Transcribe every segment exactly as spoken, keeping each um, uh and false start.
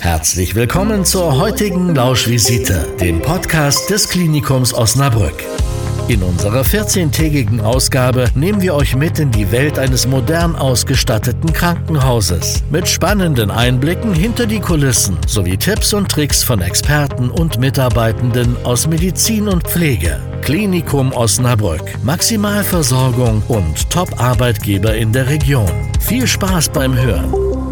Herzlich willkommen zur heutigen Lauschvisite, dem Podcast des Klinikums Osnabrück. In unserer vierzehntägigen Ausgabe nehmen wir euch mit in die Welt eines modern ausgestatteten Krankenhauses mit spannenden Einblicken hinter die Kulissen sowie Tipps und Tricks von Experten und Mitarbeitenden aus Medizin und Pflege. Klinikum Osnabrück, Maximalversorgung und Top-Arbeitgeber in der Region. Viel Spaß beim Hören.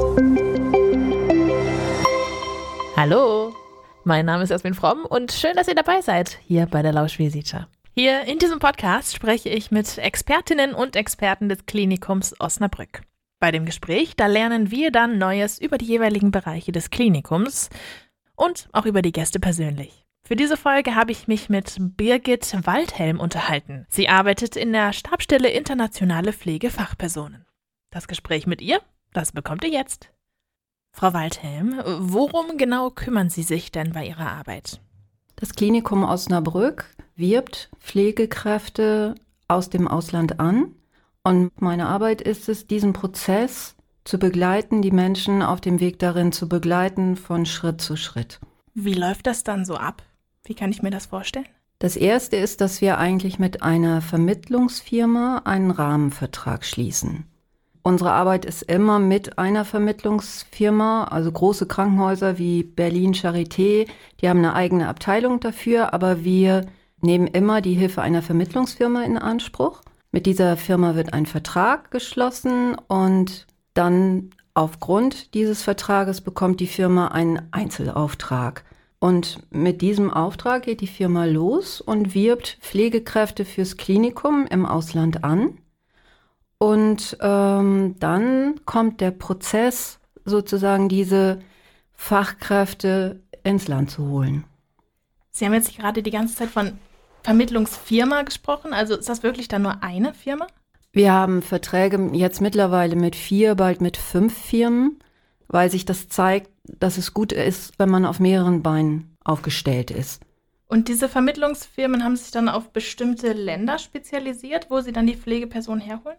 Hallo, mein Name ist Jasmin Fromm und schön, dass ihr dabei seid hier bei der Lauschvisite. Hier in diesem Podcast spreche ich mit Expertinnen und Experten des Klinikums Osnabrück. Bei dem Gespräch, da lernen wir dann Neues über die jeweiligen Bereiche des Klinikums und auch über die Gäste persönlich. Für diese Folge habe ich mich mit Birgit Waldhelm unterhalten. Sie arbeitet in der Stabsstelle Internationale Pflegefachpersonen. Das Gespräch mit ihr, das bekommt ihr jetzt. Frau Waldhelm, worum genau kümmern Sie sich denn bei Ihrer Arbeit? Das Klinikum Osnabrück wirbt Pflegekräfte aus dem Ausland an. Und meine Arbeit ist es, diesen Prozess zu begleiten, die Menschen auf dem Weg darin zu begleiten, von Schritt zu Schritt. Wie läuft das dann so ab? Wie kann ich mir das vorstellen? Das Erste ist, dass wir eigentlich mit einer Vermittlungsfirma einen Rahmenvertrag schließen. Unsere Arbeit ist immer mit einer Vermittlungsfirma, also große Krankenhäuser wie Berlin Charité, die haben eine eigene Abteilung dafür, aber wir nehmen immer die Hilfe einer Vermittlungsfirma in Anspruch. Mit dieser Firma wird ein Vertrag geschlossen und dann aufgrund dieses Vertrages bekommt die Firma einen Einzelauftrag. Und mit diesem Auftrag geht die Firma los und wirbt Pflegekräfte fürs Klinikum im Ausland an. Und ähm, dann kommt der Prozess, sozusagen diese Fachkräfte ins Land zu holen. Sie haben jetzt gerade die ganze Zeit von Vermittlungsfirma gesprochen. Also ist das wirklich dann nur eine Firma? Wir haben Verträge jetzt mittlerweile mit vier, bald mit fünf Firmen, weil sich das zeigt, dass es gut ist, wenn man auf mehreren Beinen aufgestellt ist. Und diese Vermittlungsfirmen haben sich dann auf bestimmte Länder spezialisiert, wo sie dann die Pflegepersonen herholen?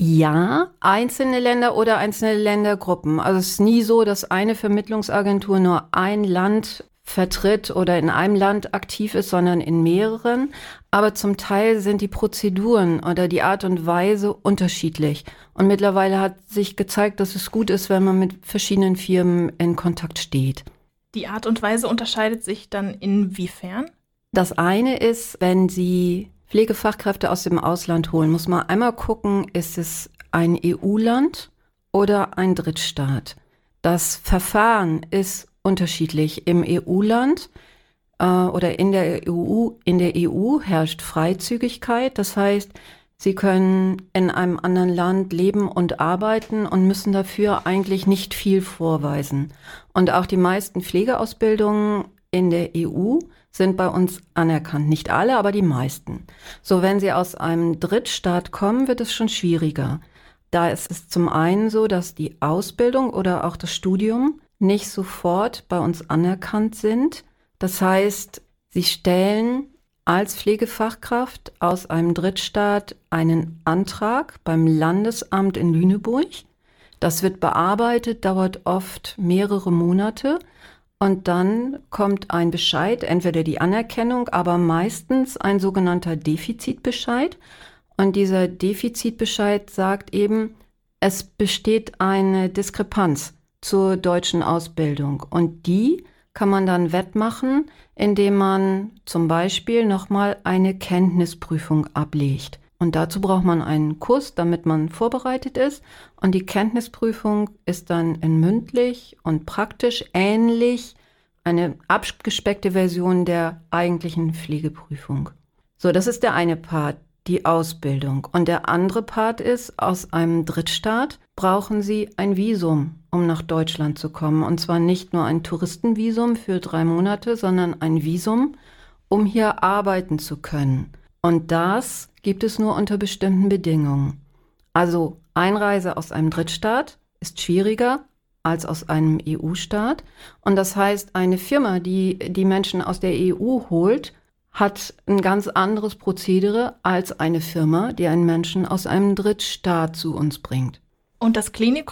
Ja, einzelne Länder oder einzelne Ländergruppen. Also es ist nie so, dass eine Vermittlungsagentur nur ein Land vertritt oder in einem Land aktiv ist, sondern in mehreren. Aber zum Teil sind die Prozeduren oder die Art und Weise unterschiedlich. Und mittlerweile hat sich gezeigt, dass es gut ist, wenn man mit verschiedenen Firmen in Kontakt steht. Die Art und Weise unterscheidet sich dann inwiefern? Das eine ist, wenn Sie Pflegefachkräfte aus dem Ausland holen, muss man einmal gucken, ist es ein E U-Land oder ein Drittstaat. Das Verfahren ist unterschiedlich. Im E U-Land äh, oder in der E U, in der E U herrscht Freizügigkeit. Das heißt, Sie können in einem anderen Land leben und arbeiten und müssen dafür eigentlich nicht viel vorweisen. Und auch die meisten Pflegeausbildungen in der E U sind bei uns anerkannt. Nicht alle, aber die meisten. So, wenn Sie aus einem Drittstaat kommen, wird es schon schwieriger. Da ist es zum einen so, dass die Ausbildung oder auch das Studium nicht sofort bei uns anerkannt sind. Das heißt, Sie stellen als Pflegefachkraft aus einem Drittstaat einen Antrag beim Landesamt in Lüneburg. Das wird bearbeitet, dauert oft mehrere Monate. Und dann kommt ein Bescheid, entweder die Anerkennung, aber meistens ein sogenannter Defizitbescheid. Und dieser Defizitbescheid sagt eben, es besteht eine Diskrepanz zur deutschen Ausbildung. Und die kann man dann wettmachen, indem man zum Beispiel nochmal eine Kenntnisprüfung ablegt. Und dazu braucht man einen Kurs, damit man vorbereitet ist. Und die Kenntnisprüfung ist dann in mündlich und praktisch ähnlich eine abgespeckte Version der eigentlichen Pflegeprüfung. So, das ist der eine Part, die Ausbildung. Und der andere Part ist, aus einem Drittstaat brauchen Sie ein Visum, um nach Deutschland zu kommen. Und zwar nicht nur ein Touristenvisum für drei Monate, sondern ein Visum, um hier arbeiten zu können. Und das gibt es nur unter bestimmten Bedingungen. Also Einreise aus einem Drittstaat ist schwieriger als aus einem E U-Staat. Und das heißt, eine Firma, die die Menschen aus der E U holt, hat ein ganz anderes Prozedere als eine Firma, die einen Menschen aus einem Drittstaat zu uns bringt. Und das Klinikum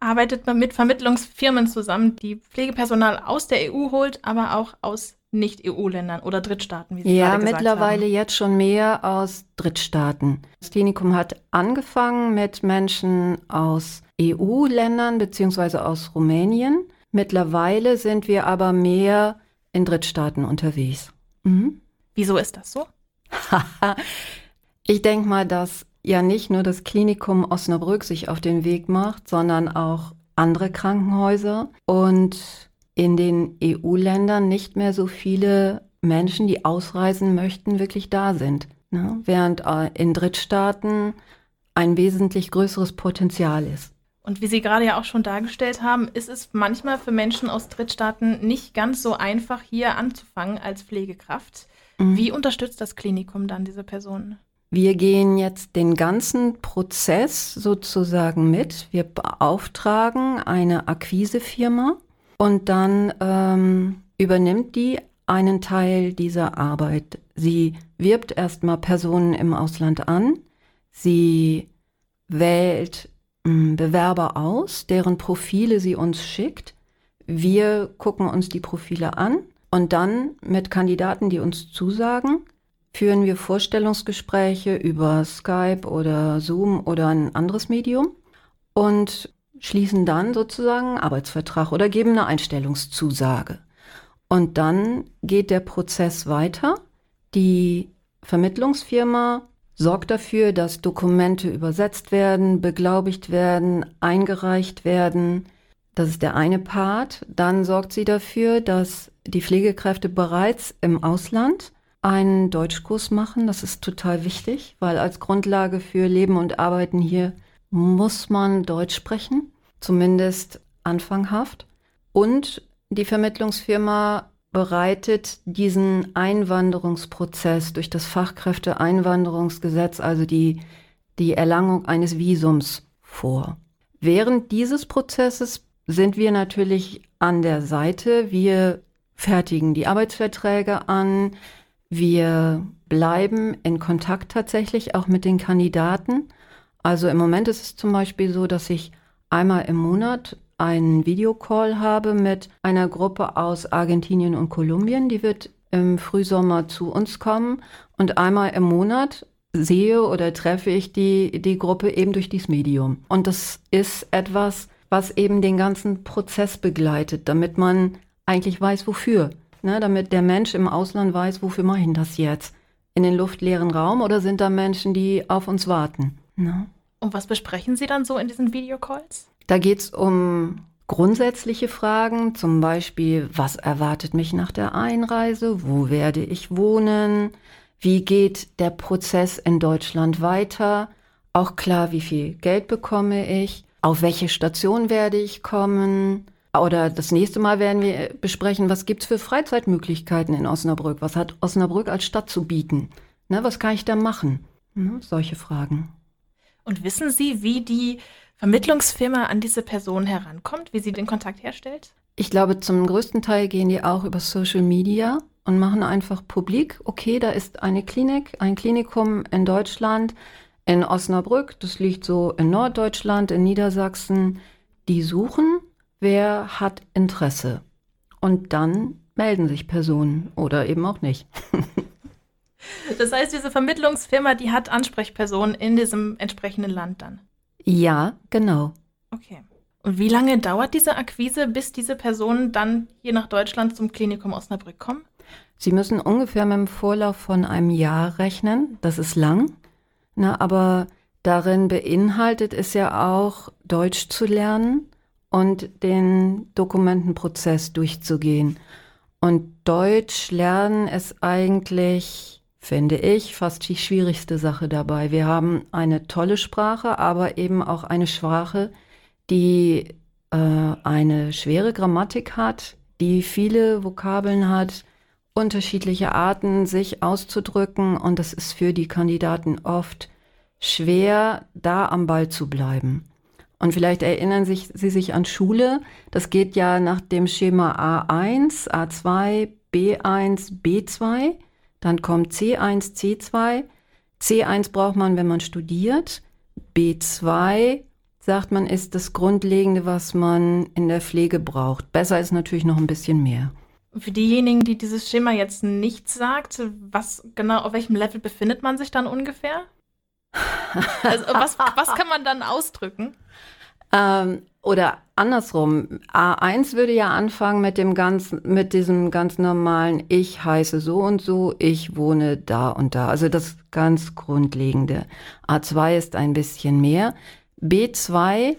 arbeitet man mit Vermittlungsfirmen zusammen, die Pflegepersonal aus der E U holt, aber auch aus Nicht-E U-Ländern oder Drittstaaten, wie Sie ja, gerade gesagt haben. Ja, mittlerweile jetzt schon mehr aus Drittstaaten. Das Klinikum hat angefangen mit Menschen aus E U-Ländern beziehungsweise aus Rumänien. Mittlerweile sind wir aber mehr in Drittstaaten unterwegs. Mhm. Wieso ist das so? Ich denke mal, dass ja nicht nur das Klinikum Osnabrück sich auf den Weg macht, sondern auch andere Krankenhäuser und in den E U-Ländern nicht mehr so viele Menschen, die ausreisen möchten, wirklich da sind. Ne? Während in Drittstaaten ein wesentlich größeres Potenzial ist. Und wie Sie gerade ja auch schon dargestellt haben, ist es manchmal für Menschen aus Drittstaaten nicht ganz so einfach, hier anzufangen als Pflegekraft. Mhm. Wie unterstützt das Klinikum dann diese Personen? Wir gehen jetzt den ganzen Prozess sozusagen mit. Wir beauftragen eine Akquisefirma und dann ähm, übernimmt die einen Teil dieser Arbeit. Sie wirbt erstmal Personen im Ausland an. Sie wählt mh, Bewerber aus, deren Profile sie uns schickt. Wir gucken uns die Profile an und dann mit Kandidaten, die uns zusagen, führen wir Vorstellungsgespräche über Skype oder Zoom oder ein anderes Medium und schließen dann sozusagen einen Arbeitsvertrag oder geben eine Einstellungszusage. Und dann geht der Prozess weiter. Die Vermittlungsfirma sorgt dafür, dass Dokumente übersetzt werden, beglaubigt werden, eingereicht werden. Das ist der eine Part. Dann sorgt sie dafür, dass die Pflegekräfte bereits im Ausland einen Deutschkurs machen. Das ist total wichtig, weil als Grundlage für Leben und Arbeiten hier muss man Deutsch sprechen, zumindest anfanghaft. Und die Vermittlungsfirma bereitet diesen Einwanderungsprozess durch das Fachkräfteeinwanderungsgesetz, also die, die Erlangung eines Visums vor. Während dieses Prozesses sind wir natürlich an der Seite. Wir fertigen die Arbeitsverträge an. Wir bleiben in Kontakt tatsächlich auch mit den Kandidaten. Also im Moment ist es zum Beispiel so, dass ich einmal im Monat einen Videocall habe mit einer Gruppe aus Argentinien und Kolumbien. Die wird im Frühsommer zu uns kommen. Und einmal im Monat sehe oder treffe ich die, die Gruppe eben durch dieses Medium. Und das ist etwas, was eben den ganzen Prozess begleitet, damit man eigentlich weiß, wofür. Ne, damit der Mensch im Ausland weiß, wofür mache ich das jetzt? In den luftleeren Raum oder sind da Menschen, die auf uns warten? Ne? Und was besprechen Sie dann so in diesen Videocalls? Da geht es um grundsätzliche Fragen, zum Beispiel, was erwartet mich nach der Einreise? Wo werde ich wohnen? Wie geht der Prozess in Deutschland weiter? Auch klar, wie viel Geld bekomme ich? Auf welche Station werde ich kommen? Oder das nächste Mal werden wir besprechen, was gibt es für Freizeitmöglichkeiten in Osnabrück? Was hat Osnabrück als Stadt zu bieten? Ne, was kann ich da machen? Ne, solche Fragen. Und wissen Sie, wie die Vermittlungsfirma an diese Person herankommt, wie sie den Kontakt herstellt? Ich glaube, zum größten Teil gehen die auch über Social Media und machen einfach publik. Okay, da ist eine Klinik, ein Klinikum in Deutschland, in Osnabrück. Das liegt so in Norddeutschland, in Niedersachsen. Die suchen. Wer hat Interesse? Und dann melden sich Personen oder eben auch nicht. Das heißt, diese Vermittlungsfirma, die hat Ansprechpersonen in diesem entsprechenden Land dann? Ja, genau. Okay. Und wie lange dauert diese Akquise, bis diese Personen dann hier nach Deutschland zum Klinikum Osnabrück kommen? Sie müssen ungefähr mit dem Vorlauf von einem Jahr rechnen. Das ist lang. Na, aber darin beinhaltet es ja auch, Deutsch zu lernen und den Dokumentenprozess durchzugehen. Und Deutsch lernen ist eigentlich, finde ich, fast die schwierigste Sache dabei. Wir haben eine tolle Sprache, aber eben auch eine Sprache, die äh, eine schwere Grammatik hat, die viele Vokabeln hat, unterschiedliche Arten, sich auszudrücken. Und es ist für die Kandidaten oft schwer, da am Ball zu bleiben. Und vielleicht erinnern sich, Sie sich an Schule. Das geht ja nach dem Schema A eins, A zwei, B eins, B zwei. Dann kommt C eins, C zwei. C eins braucht man, wenn man studiert. B zwei, sagt man, ist das Grundlegende, was man in der Pflege braucht. Besser ist natürlich noch ein bisschen mehr. Für diejenigen, die dieses Schema jetzt nicht sagt, was genau, auf welchem Level befindet man sich dann ungefähr? Also was, was kann man dann ausdrücken? Ähm, oder andersrum, A eins würde ja anfangen mit dem ganz, mit diesem ganz normalen, ich heiße so und so, ich wohne da und da. Also das ganz Grundlegende. A zwei ist ein bisschen mehr. B zwei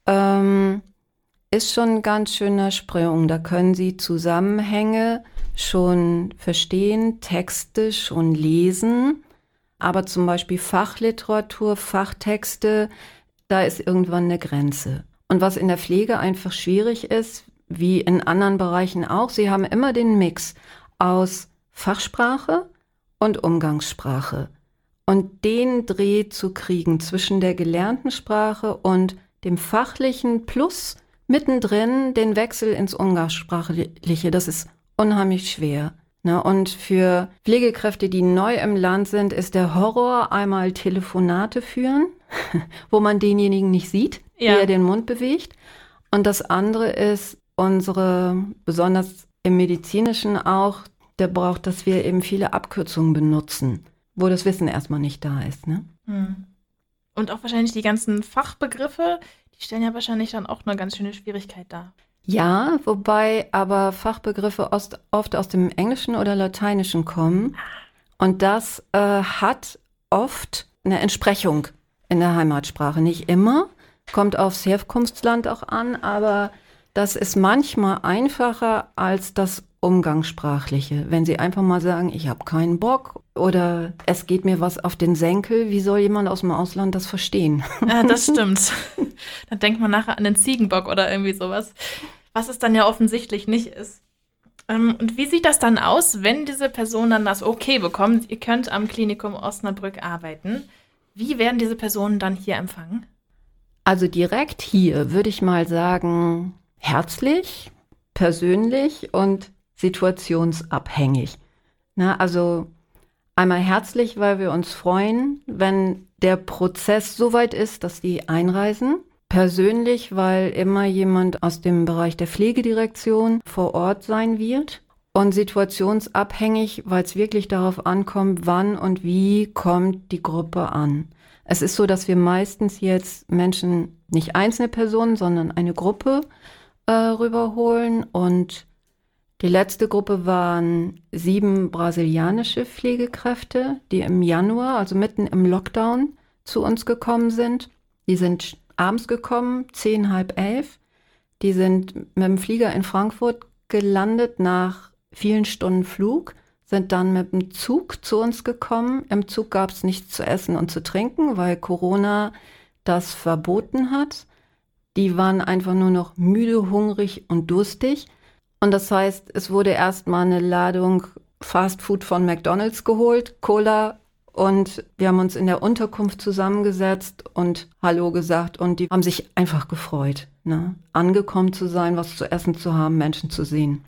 ähm, ist schon ein ganz schöner Sprung. Da können Sie Zusammenhänge schon verstehen, Texte schon lesen. Aber zum Beispiel Fachliteratur, Fachtexte, da ist irgendwann eine Grenze. Und was in der Pflege einfach schwierig ist, wie in anderen Bereichen auch, Sie haben immer den Mix aus Fachsprache und Umgangssprache. Und den Dreh zu kriegen zwischen der gelernten Sprache und dem Fachlichen plus mittendrin den Wechsel ins Umgangssprachliche, das ist unheimlich schwer. Ne? Und für Pflegekräfte, die neu im Land sind, ist der Horror einmal Telefonate führen, wo man denjenigen nicht sieht, ja, wie er den Mund bewegt. Und das andere ist unsere, besonders im Medizinischen auch, der braucht, dass wir eben viele Abkürzungen benutzen, wo das Wissen erstmal nicht da ist. Ne? Hm. Und auch wahrscheinlich die ganzen Fachbegriffe, die stellen ja wahrscheinlich dann auch eine ganz schöne Schwierigkeit dar. Ja, wobei aber Fachbegriffe oft, oft aus dem Englischen oder Lateinischen kommen. Und das äh, hat oft eine Entsprechung in der Heimatsprache. Nicht immer, kommt aufs Herkunftsland auch an, aber das ist manchmal einfacher als das Umgangssprachliche. Wenn Sie einfach mal sagen, ich habe keinen Bock oder es geht mir was auf den Senkel, wie soll jemand aus dem Ausland das verstehen? Ja, das stimmt. Dann denkt man nachher an den Ziegenbock oder irgendwie sowas, was es dann ja offensichtlich nicht ist. Ähm, und wie sieht das dann aus, wenn diese Person dann das Okay bekommt, ihr könnt am Klinikum Osnabrück arbeiten? Wie werden diese Personen dann hier empfangen? Also direkt hier würde ich mal sagen, herzlich, persönlich und situationsabhängig. Na, also einmal herzlich, weil wir uns freuen, wenn der Prozess so weit ist, dass die einreisen. Persönlich, weil immer jemand aus dem Bereich der Pflegedirektion vor Ort sein wird. Und situationsabhängig, weil es wirklich darauf ankommt, wann und wie kommt die Gruppe an. Es ist so, dass wir meistens jetzt Menschen, nicht einzelne Personen, sondern eine Gruppe äh, rüberholen. Und die letzte Gruppe waren sieben brasilianische Pflegekräfte, die im Januar, also mitten im Lockdown, zu uns gekommen sind. Die sind abends gekommen, zehn, halb elf. Die sind mit dem Flieger in Frankfurt gelandet nach vielen Stunden Flug, sind dann mit dem Zug zu uns gekommen. Im Zug gab es nichts zu essen und zu trinken, weil Corona das verboten hat. Die waren einfach nur noch müde, hungrig und durstig. Und das heißt, es wurde erstmal eine Ladung Fastfood von McDonald's geholt, Cola, und wir haben uns in der Unterkunft zusammengesetzt und Hallo gesagt und die haben sich einfach gefreut, ne? Angekommen zu sein, was zu essen zu haben, Menschen zu sehen.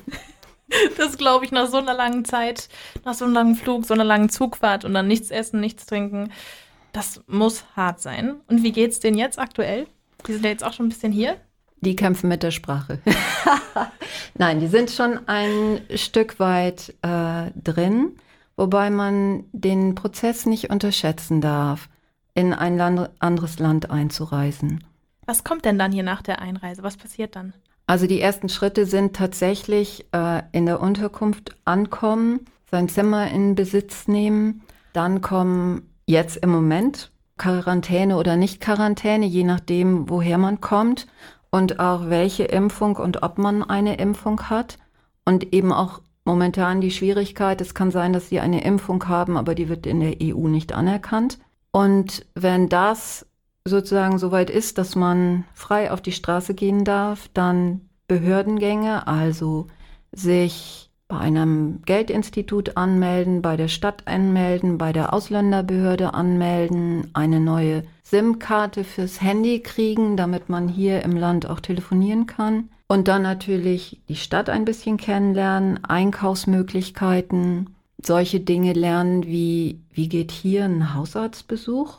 Das glaube ich nach so einer langen Zeit, nach so einem langen Flug, so einer langen Zugfahrt und dann nichts essen, nichts trinken. Das muss hart sein. Und wie geht's denen jetzt aktuell? Die sind ja jetzt auch schon ein bisschen hier. Die kämpfen mit der Sprache. Nein, die sind schon ein Stück weit äh, drin. Wobei man den Prozess nicht unterschätzen darf, in ein Land, anderes Land einzureisen. Was kommt denn dann hier nach der Einreise? Was passiert dann? Also die ersten Schritte sind tatsächlich äh, in der Unterkunft ankommen, sein Zimmer in Besitz nehmen. Dann kommen jetzt im Moment Quarantäne oder nicht Quarantäne, je nachdem, woher man kommt und auch welche Impfung und ob man eine Impfung hat und eben auch momentan die Schwierigkeit, es kann sein, dass sie eine Impfung haben, aber die wird in der E U nicht anerkannt. Und wenn das sozusagen soweit ist, dass man frei auf die Straße gehen darf, dann Behördengänge, also sich bei einem Geldinstitut anmelden, bei der Stadt anmelden, bei der Ausländerbehörde anmelden, eine neue SIM-Karte fürs Handy kriegen, damit man hier im Land auch telefonieren kann. Und dann natürlich die Stadt ein bisschen kennenlernen, Einkaufsmöglichkeiten, solche Dinge lernen wie, wie geht hier ein Hausarztbesuch?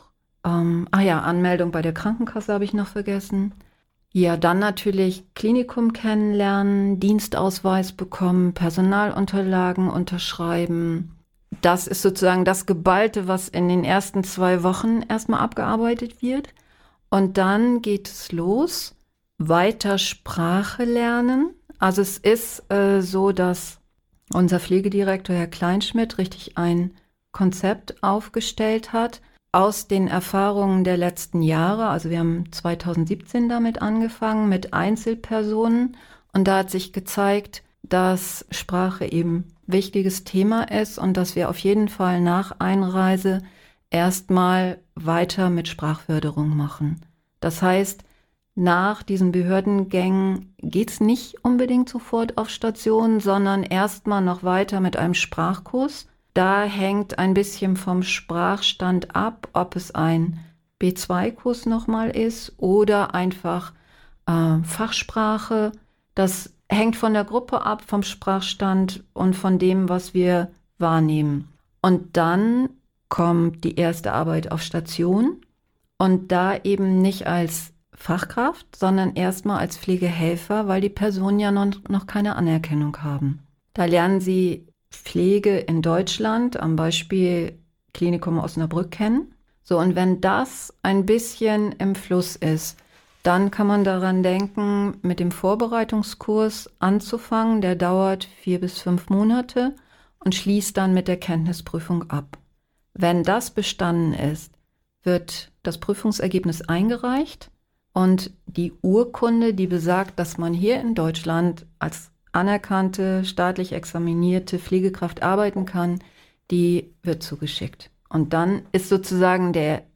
Ähm, ah ja, Anmeldung bei der Krankenkasse habe ich noch vergessen. Ja, dann natürlich Klinikum kennenlernen, Dienstausweis bekommen, Personalunterlagen unterschreiben. Das ist sozusagen das Geballte, was in den ersten zwei Wochen erstmal abgearbeitet wird. Und dann geht es los, weiter Sprache lernen. Also es ist äh, so, dass unser Pflegedirektor, Herr Kleinschmidt, richtig ein Konzept aufgestellt hat aus den Erfahrungen der letzten Jahre. Also wir haben zweitausendsiebzehn damit angefangen mit Einzelpersonen und da hat sich gezeigt, dass Sprache eben ein wichtiges Thema ist und dass wir auf jeden Fall nach Einreise erstmal weiter mit Sprachförderung machen. Das heißt, nach diesen Behördengängen geht es nicht unbedingt sofort auf Station, sondern erstmal noch weiter mit einem Sprachkurs. Da hängt ein bisschen vom Sprachstand ab, ob es ein B zwei Kurs nochmal ist oder einfach äh, Fachsprache. Das hängt von der Gruppe ab, vom Sprachstand und von dem, was wir wahrnehmen. Und dann kommt die erste Arbeit auf Station und da eben nicht als Fachkraft, sondern erstmal als Pflegehelfer, weil die Personen ja noch, noch keine Anerkennung haben. Da lernen sie Pflege in Deutschland, am Beispiel Klinikum Osnabrück kennen. So, und wenn das ein bisschen im Fluss ist, dann kann man daran denken, mit dem Vorbereitungskurs anzufangen. Der dauert vier bis fünf Monate und schließt dann mit der Kenntnisprüfung ab. Wenn das bestanden ist, wird das Prüfungsergebnis eingereicht und die Urkunde, die besagt, dass man hier in Deutschland als anerkannte, staatlich examinierte Pflegekraft arbeiten kann, die wird zugeschickt. Und dann ist sozusagen der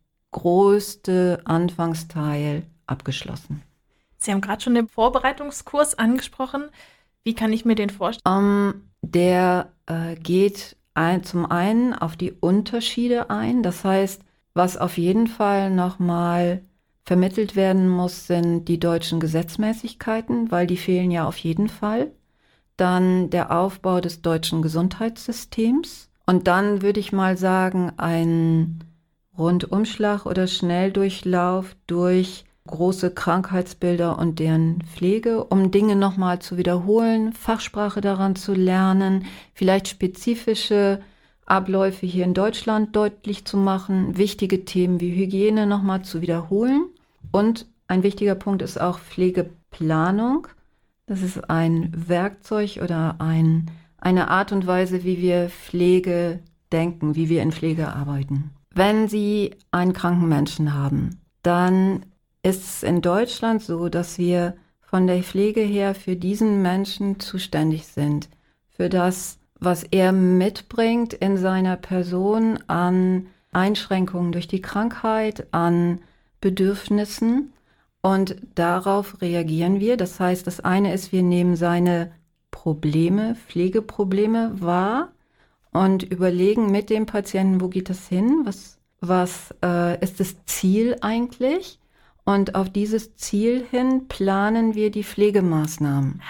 größte Anfangsteil abgeschlossen. Sie haben gerade schon den Vorbereitungskurs angesprochen. Wie kann ich mir den vorstellen? Um, der äh, geht ein, zum einen auf die Unterschiede ein. Das heißt, was auf jeden Fall nochmal vermittelt werden muss, sind die deutschen Gesetzmäßigkeiten, weil die fehlen ja auf jeden Fall. Dann der Aufbau des deutschen Gesundheitssystems. Und dann würde ich mal sagen, ein Rundumschlag oder Schnelldurchlauf durch große Krankheitsbilder und deren Pflege, um Dinge nochmal zu wiederholen, Fachsprache daran zu lernen, vielleicht spezifische Abläufe hier in Deutschland deutlich zu machen, wichtige Themen wie Hygiene nochmal zu wiederholen. Und ein wichtiger Punkt ist auch Pflegeplanung. Das ist ein Werkzeug oder ein, eine Art und Weise, wie wir Pflege denken, wie wir in Pflege arbeiten. Wenn Sie einen kranken Menschen haben, dann ist es in Deutschland so, dass wir von der Pflege her für diesen Menschen zuständig sind. Für das, was er mitbringt in seiner Person an Einschränkungen durch die Krankheit, an Bedürfnissen. Und darauf reagieren wir. Das heißt, das eine ist, wir nehmen seine Probleme, Pflegeprobleme wahr und überlegen mit dem Patienten, wo geht das hin? Was, was äh, ist das Ziel eigentlich? Und auf dieses Ziel hin planen wir die Pflegemaßnahmen.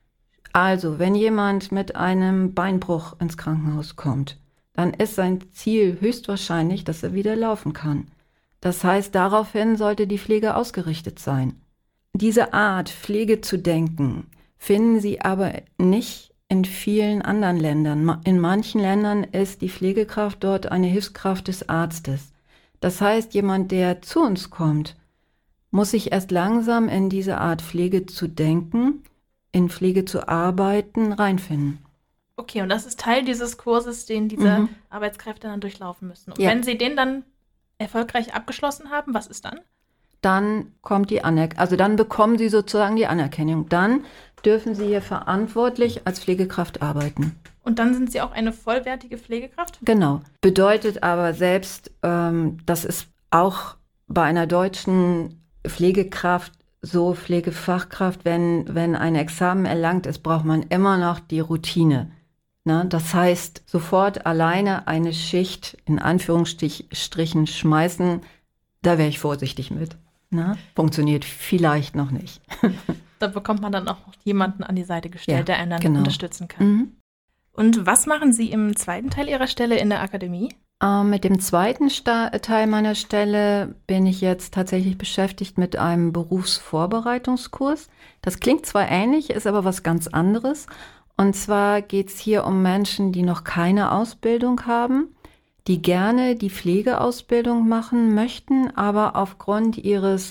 Also, wenn jemand mit einem Beinbruch ins Krankenhaus kommt, dann ist sein Ziel höchstwahrscheinlich, dass er wieder laufen kann. Das heißt, daraufhin sollte die Pflege ausgerichtet sein. Diese Art, Pflege zu denken, finden Sie aber nicht in vielen anderen Ländern. In manchen Ländern ist die Pflegekraft dort eine Hilfskraft des Arztes. Das heißt, jemand, der zu uns kommt, muss sich erst langsam in diese Art Pflege zu denken, in Pflege zu arbeiten, reinfinden. Okay, und das ist Teil dieses Kurses, den diese Mhm. Arbeitskräfte dann durchlaufen müssen. Und Ja. wenn sie den dann erfolgreich abgeschlossen haben, was ist dann? Dann kommt die Anerkennung, also dann bekommen Sie sozusagen die Anerkennung. Dann dürfen Sie hier verantwortlich als Pflegekraft arbeiten. Und dann sind sie auch eine vollwertige Pflegekraft? Genau. Bedeutet aber selbst, ähm, das ist auch bei einer deutschen Pflegekraft so, Pflegefachkraft, wenn, wenn ein Examen erlangt ist, braucht man immer noch die Routine. Ne? Das heißt, sofort alleine eine Schicht in Anführungsstrichen schmeißen, da wäre ich vorsichtig mit. Ne? Funktioniert vielleicht noch nicht. Da bekommt man dann auch noch jemanden an die Seite gestellt, Ja, der einen dann genau. unterstützen kann. Mhm. Und was machen Sie im zweiten Teil Ihrer Stelle in der Akademie? Äh, mit dem zweiten Sta- Teil meiner Stelle bin ich jetzt tatsächlich beschäftigt mit einem Berufsvorbereitungskurs. Das klingt zwar ähnlich, ist aber was ganz anderes. Und zwar geht es hier um Menschen, die noch keine Ausbildung haben, die gerne die Pflegeausbildung machen möchten, aber aufgrund ihres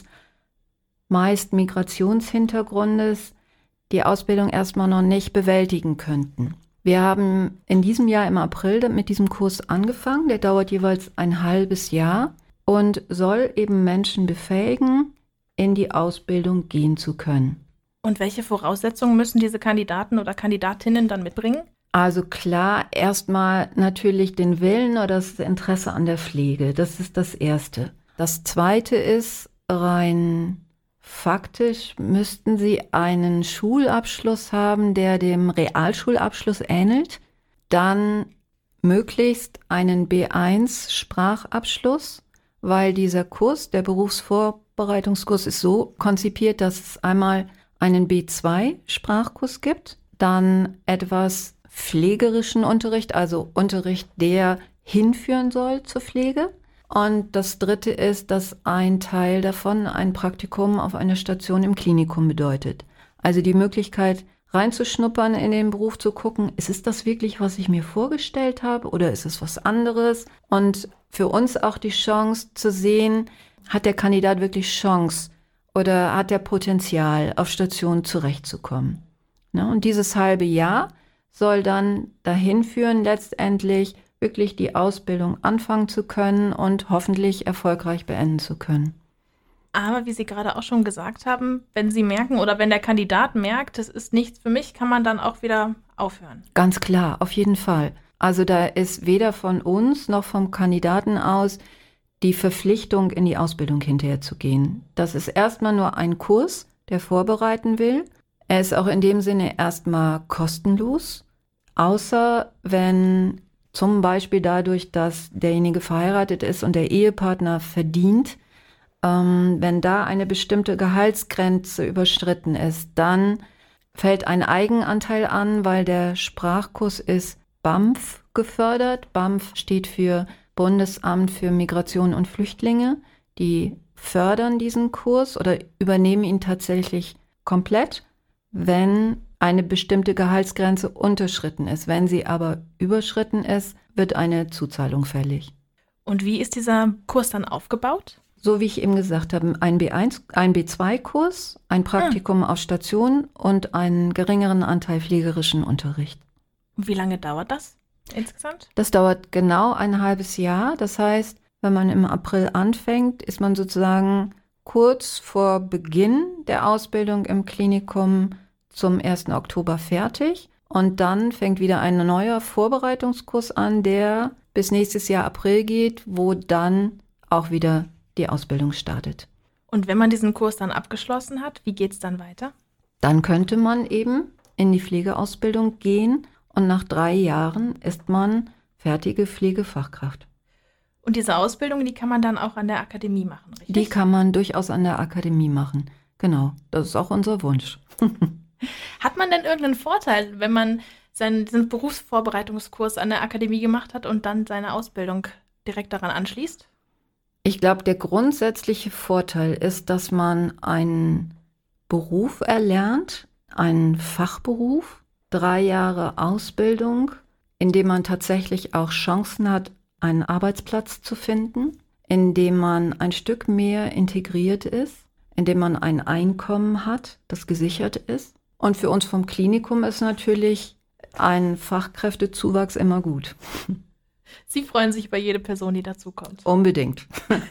meist Migrationshintergrundes die Ausbildung erstmal noch nicht bewältigen könnten. Wir haben in diesem Jahr im April mit diesem Kurs angefangen. Der dauert jeweils ein halbes Jahr und soll eben Menschen befähigen, in die Ausbildung gehen zu können. Und welche Voraussetzungen müssen diese Kandidaten oder Kandidatinnen dann mitbringen? Also klar, erstmal natürlich den Willen oder das Interesse an der Pflege. Das ist das Erste. Das Zweite ist, rein faktisch müssten sie einen Schulabschluss haben, der dem Realschulabschluss ähnelt. Dann möglichst einen B eins Sprachabschluss, weil dieser Kurs, der Berufsvorbereitungskurs, ist so konzipiert, dass es einmal einen B zwei Sprachkurs gibt, dann etwas pflegerischen Unterricht, also Unterricht, der hinführen soll zur Pflege. Und das Dritte ist, dass ein Teil davon ein Praktikum auf einer Station im Klinikum bedeutet. Also die Möglichkeit, reinzuschnuppern in den Beruf, zu gucken, ist es das wirklich, was ich mir vorgestellt habe oder ist es was anderes? Und für uns auch die Chance zu sehen, hat der Kandidat wirklich Chance oder hat er Potenzial, auf Station zurechtzukommen? Ne? Und dieses halbe Jahr soll dann dahin führen, letztendlich wirklich die Ausbildung anfangen zu können und hoffentlich erfolgreich beenden zu können. Aber wie Sie gerade auch schon gesagt haben, wenn Sie merken oder wenn der Kandidat merkt, das ist nichts für mich, kann man dann auch wieder aufhören. Ganz klar, auf jeden Fall. Also da ist weder von uns noch vom Kandidaten aus die Verpflichtung, in die Ausbildung hinterher zu gehen. Das ist erstmal nur ein Kurs, der vorbereiten will. Er ist auch in dem Sinne erstmal kostenlos, außer wenn zum Beispiel dadurch, dass derjenige verheiratet ist und der Ehepartner verdient, ähm, wenn da eine bestimmte Gehaltsgrenze überschritten ist, dann fällt ein Eigenanteil an, weil der Sprachkurs ist B A M F gefördert. B A M F steht für Bundesamt für Migration und Flüchtlinge. Die fördern diesen Kurs oder übernehmen ihn tatsächlich komplett, wenn eine bestimmte Gehaltsgrenze unterschritten ist. Wenn sie aber überschritten ist, wird eine Zuzahlung fällig. Und wie ist dieser Kurs dann aufgebaut? So wie ich eben gesagt habe, ein B eins, ein B zwei Kurs, ein Praktikum ah. auf Station und einen geringeren Anteil pflegerischen Unterricht. Wie lange dauert das insgesamt? Das dauert genau ein halbes Jahr. Das heißt, wenn man im April anfängt, ist man sozusagen kurz vor Beginn der Ausbildung im Klinikum zum ersten Oktober fertig. Und dann fängt wieder ein neuer Vorbereitungskurs an, der bis nächstes Jahr April geht, wo dann auch wieder die Ausbildung startet. Und wenn man diesen Kurs dann abgeschlossen hat, wie geht es dann weiter? Dann könnte man eben in die Pflegeausbildung gehen und nach drei Jahren ist man fertige Pflegefachkraft. Und diese Ausbildung, die kann man dann auch an der Akademie machen, richtig? Die kann man durchaus an der Akademie machen. Genau, das ist auch unser Wunsch. Hat man denn irgendeinen Vorteil, wenn man seinen, diesen Berufsvorbereitungskurs an der Akademie gemacht hat und dann seine Ausbildung direkt daran anschließt? Ich glaube, der grundsätzliche Vorteil ist, dass man einen Beruf erlernt, einen Fachberuf, drei Jahre Ausbildung, in dem man tatsächlich auch Chancen hat, einen Arbeitsplatz zu finden, in dem man ein Stück mehr integriert ist, in dem man ein Einkommen hat, das gesichert ist. Und für uns vom Klinikum ist natürlich ein Fachkräftezuwachs immer gut. Sie freuen sich über jede Person, die dazukommt. Unbedingt.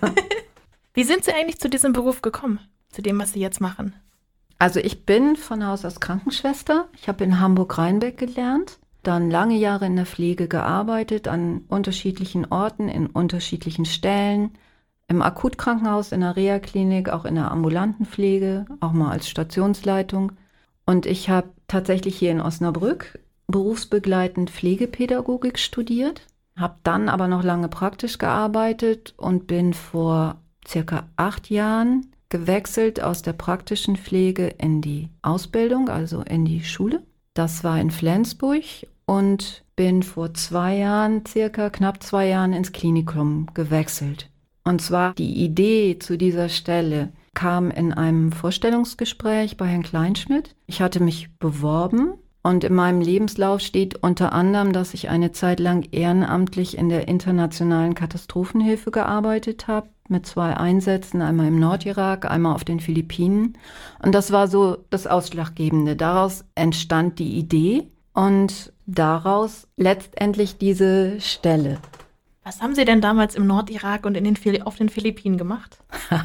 Wie sind Sie eigentlich zu diesem Beruf gekommen, zu dem, was Sie jetzt machen? Also ich bin von Haus aus Krankenschwester. Ich habe in Hamburg-Rheinbeck gelernt, dann lange Jahre in der Pflege gearbeitet, an unterschiedlichen Orten, in unterschiedlichen Stellen, im Akutkrankenhaus, in der Reha-Klinik, auch in der ambulanten Pflege, auch mal als Stationsleitung. Und ich habe tatsächlich hier in Osnabrück berufsbegleitend Pflegepädagogik studiert, habe dann aber noch lange praktisch gearbeitet und bin vor circa acht Jahren gewechselt aus der praktischen Pflege in die Ausbildung, also in die Schule. Das war in Flensburg und bin vor zwei Jahren, circa knapp zwei Jahren ins Klinikum gewechselt. Und zwar die Idee zu dieser Stelle kam in einem Vorstellungsgespräch bei Herrn Kleinschmidt. Ich hatte mich beworben und in meinem Lebenslauf steht unter anderem, dass ich eine Zeit lang ehrenamtlich in der internationalen Katastrophenhilfe gearbeitet habe, mit zwei Einsätzen, einmal im Nordirak, einmal auf den Philippinen. Und das war so das Ausschlaggebende. Daraus entstand die Idee und daraus letztendlich diese Stelle. Was haben Sie denn damals im Nordirak und in den Phil- auf den Philippinen gemacht?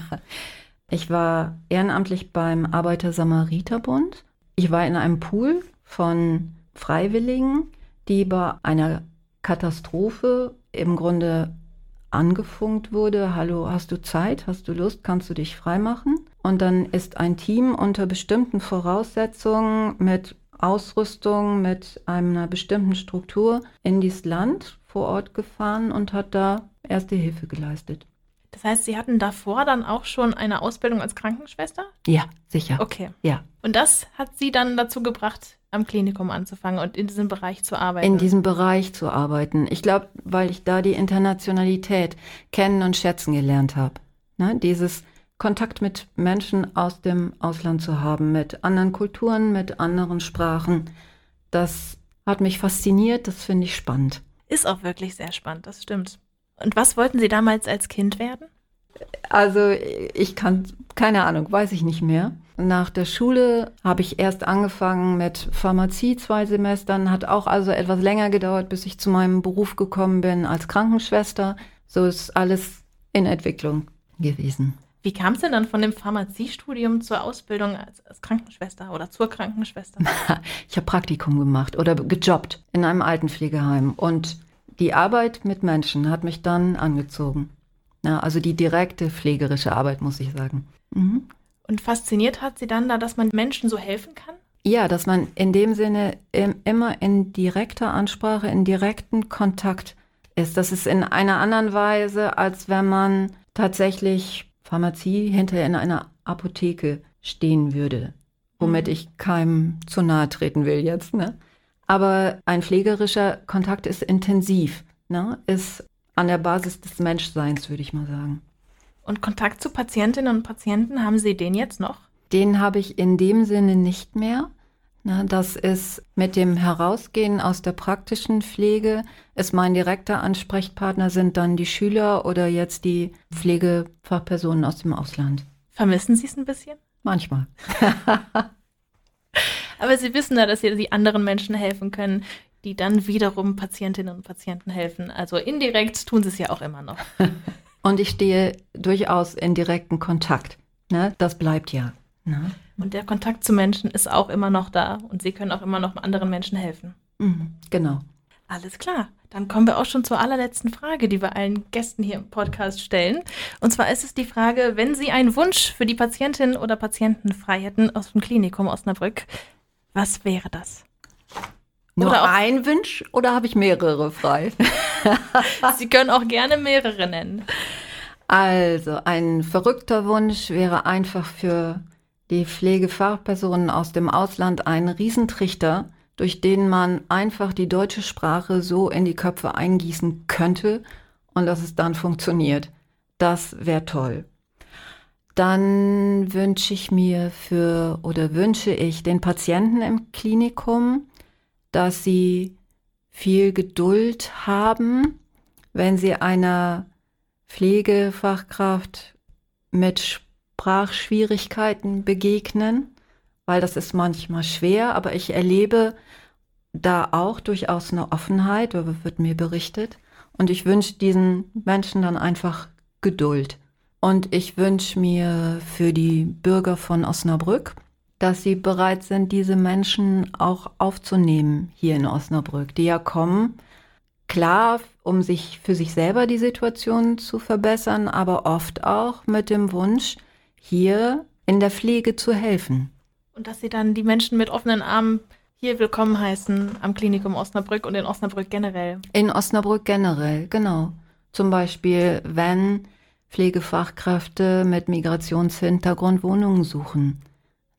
Ich war ehrenamtlich beim Arbeiter-Samariter-Bund. Ich war in einem Pool von Freiwilligen, die bei einer Katastrophe im Grunde angefunkt wurde. Hallo, hast du Zeit? Hast du Lust? Kannst du dich freimachen? Und dann ist ein Team unter bestimmten Voraussetzungen mit Ausrüstung, mit einer bestimmten Struktur in dieses Land vor Ort gefahren und hat da Erste Hilfe geleistet. Das heißt, Sie hatten davor dann auch schon eine Ausbildung als Krankenschwester? Ja, sicher. Okay. Ja. Und das hat Sie dann dazu gebracht, am Klinikum anzufangen und in diesem Bereich zu arbeiten? In diesem Bereich zu arbeiten. Ich glaube, weil ich da die Internationalität kennen und schätzen gelernt habe. Ne? Dieses Kontakt mit Menschen aus dem Ausland zu haben, mit anderen Kulturen, mit anderen Sprachen, das hat mich fasziniert, das finde ich spannend. Ist auch wirklich sehr spannend, das stimmt. Und was wollten Sie damals als Kind werden? Also ich kann, keine Ahnung, weiß ich nicht mehr. Nach der Schule habe ich erst angefangen mit Pharmazie, zwei Semestern, hat auch also etwas länger gedauert, bis ich zu meinem Beruf gekommen bin als Krankenschwester. So ist alles in Entwicklung gewesen. Wie kam es denn dann von dem Pharmaziestudium zur Ausbildung als, als Krankenschwester oder zur Krankenschwester? Ich habe Praktikum gemacht oder gejobbt in einem Altenpflegeheim und die Arbeit mit Menschen hat mich dann angezogen. Ja, also die direkte pflegerische Arbeit, muss ich sagen. Mhm. Und fasziniert hat Sie dann da, dass man Menschen so helfen kann? Ja, dass man in dem Sinne im, immer in direkter Ansprache, in direkten Kontakt ist. Das ist in einer anderen Weise, als wenn man tatsächlich Pharmazie hinterher in einer Apotheke stehen würde. Womit ich keinem zu nahe treten will jetzt, ne? Aber ein pflegerischer Kontakt ist intensiv, ne? Ist an der Basis des Menschseins, würde ich mal sagen. Und Kontakt zu Patientinnen und Patienten, haben Sie den jetzt noch? Den habe ich in dem Sinne nicht mehr. Na, das ist mit dem Herausgehen aus der praktischen Pflege, ist mein direkter Ansprechpartner, sind dann die Schüler oder jetzt die Pflegefachpersonen aus dem Ausland. Vermissen Sie es ein bisschen? Manchmal. Aber Sie wissen ja, dass Sie die anderen Menschen helfen können, die dann wiederum Patientinnen und Patienten helfen. Also indirekt tun Sie es ja auch immer noch. Und ich stehe durchaus in direkten Kontakt. Ne? Das bleibt ja. Ne? Und der Kontakt zu Menschen ist auch immer noch da. Und Sie können auch immer noch anderen Menschen helfen. Mhm, genau. Alles klar. Dann kommen wir auch schon zur allerletzten Frage, die wir allen Gästen hier im Podcast stellen. Und zwar ist es die Frage, wenn Sie einen Wunsch für die Patientin oder Patienten frei hätten aus dem Klinikum Osnabrück, was wäre das? Nur oder ein Wunsch oder habe ich mehrere frei? Sie können auch gerne mehrere nennen. Also, ein verrückter Wunsch wäre einfach für die Pflegefachpersonen aus dem Ausland ein Riesentrichter, durch den man einfach die deutsche Sprache so in die Köpfe eingießen könnte und dass es dann funktioniert. Das wäre toll. Dann wünsche ich mir für oder wünsche ich den Patienten im Klinikum, dass sie viel Geduld haben, wenn sie einer Pflegefachkraft mit Sprachschwierigkeiten begegnen, weil das ist manchmal schwer, aber ich erlebe da auch durchaus eine Offenheit, darüber wird mir berichtet. Und ich wünsche diesen Menschen dann einfach Geduld. Und ich wünsche mir für die Bürger von Osnabrück, dass sie bereit sind, diese Menschen auch aufzunehmen hier in Osnabrück, die ja kommen, klar, um sich für sich selber die Situation zu verbessern, aber oft auch mit dem Wunsch, hier in der Pflege zu helfen. Und dass Sie dann die Menschen mit offenen Armen hier willkommen heißen am Klinikum Osnabrück und in Osnabrück generell. In Osnabrück generell, genau. Zum Beispiel, wenn Pflegefachkräfte mit Migrationshintergrund Wohnungen suchen.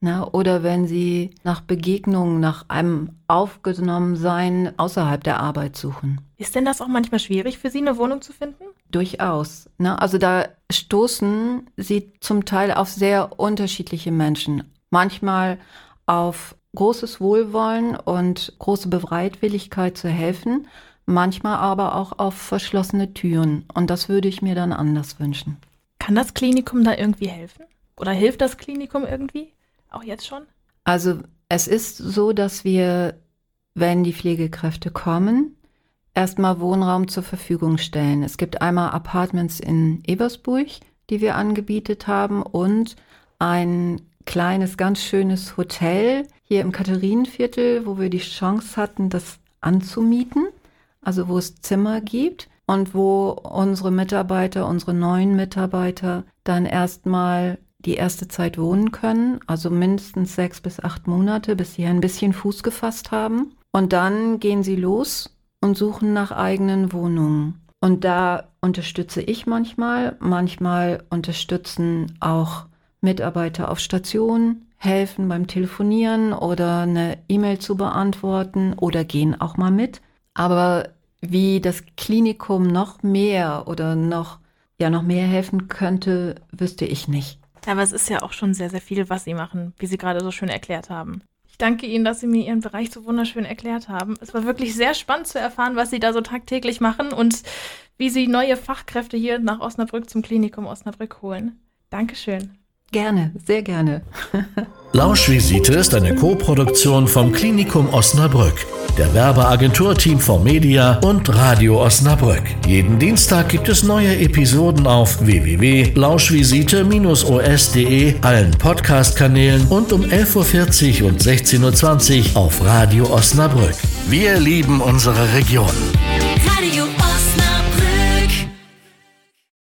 Na, oder wenn sie nach Begegnungen, nach einem Aufgenommensein außerhalb der Arbeit suchen. Ist denn das auch manchmal schwierig für Sie, eine Wohnung zu finden? Durchaus. Ne? Also da stoßen sie zum Teil auf sehr unterschiedliche Menschen. Manchmal auf großes Wohlwollen und große Bereitwilligkeit zu helfen, manchmal aber auch auf verschlossene Türen. Und das würde ich mir dann anders wünschen. Kann das Klinikum da irgendwie helfen? Oder hilft das Klinikum irgendwie? Auch jetzt schon? Also es ist so, dass wir, wenn die Pflegekräfte kommen, erstmal Wohnraum zur Verfügung stellen. Es gibt einmal Apartments in Ebersburg, die wir angebietet haben, und ein kleines, ganz schönes Hotel hier im Katharinenviertel, wo wir die Chance hatten, das anzumieten, also wo es Zimmer gibt und wo unsere Mitarbeiter, unsere neuen Mitarbeiter dann erstmal die erste Zeit wohnen können, also mindestens sechs bis acht Monate, bis sie ein bisschen Fuß gefasst haben. Und dann gehen sie los und suchen nach eigenen Wohnungen. Und da unterstütze ich manchmal, manchmal unterstützen auch Mitarbeiter auf Station, helfen beim Telefonieren oder eine E-Mail zu beantworten oder gehen auch mal mit. Aber wie das Klinikum noch mehr oder noch, ja, noch mehr helfen könnte, wüsste ich nicht. Aber es ist ja auch schon sehr, sehr viel, was Sie machen, wie Sie gerade so schön erklärt haben. Ich danke Ihnen, dass Sie mir Ihren Bereich so wunderschön erklärt haben. Es war wirklich sehr spannend zu erfahren, was Sie da so tagtäglich machen und wie Sie neue Fachkräfte hier nach Osnabrück zum Klinikum Osnabrück holen. Dankeschön. Gerne, sehr gerne. Lauschvisite ist eine Co-Produktion vom Klinikum Osnabrück, der Werbeagentur Team four Media und Radio Osnabrück. Jeden Dienstag gibt es neue Episoden auf w w w punkt lauschvisite Bindestrich o s punkt d e, allen Podcast-Kanälen und um elf Uhr vierzig und sechzehn Uhr zwanzig auf Radio Osnabrück. Wir lieben unsere Region.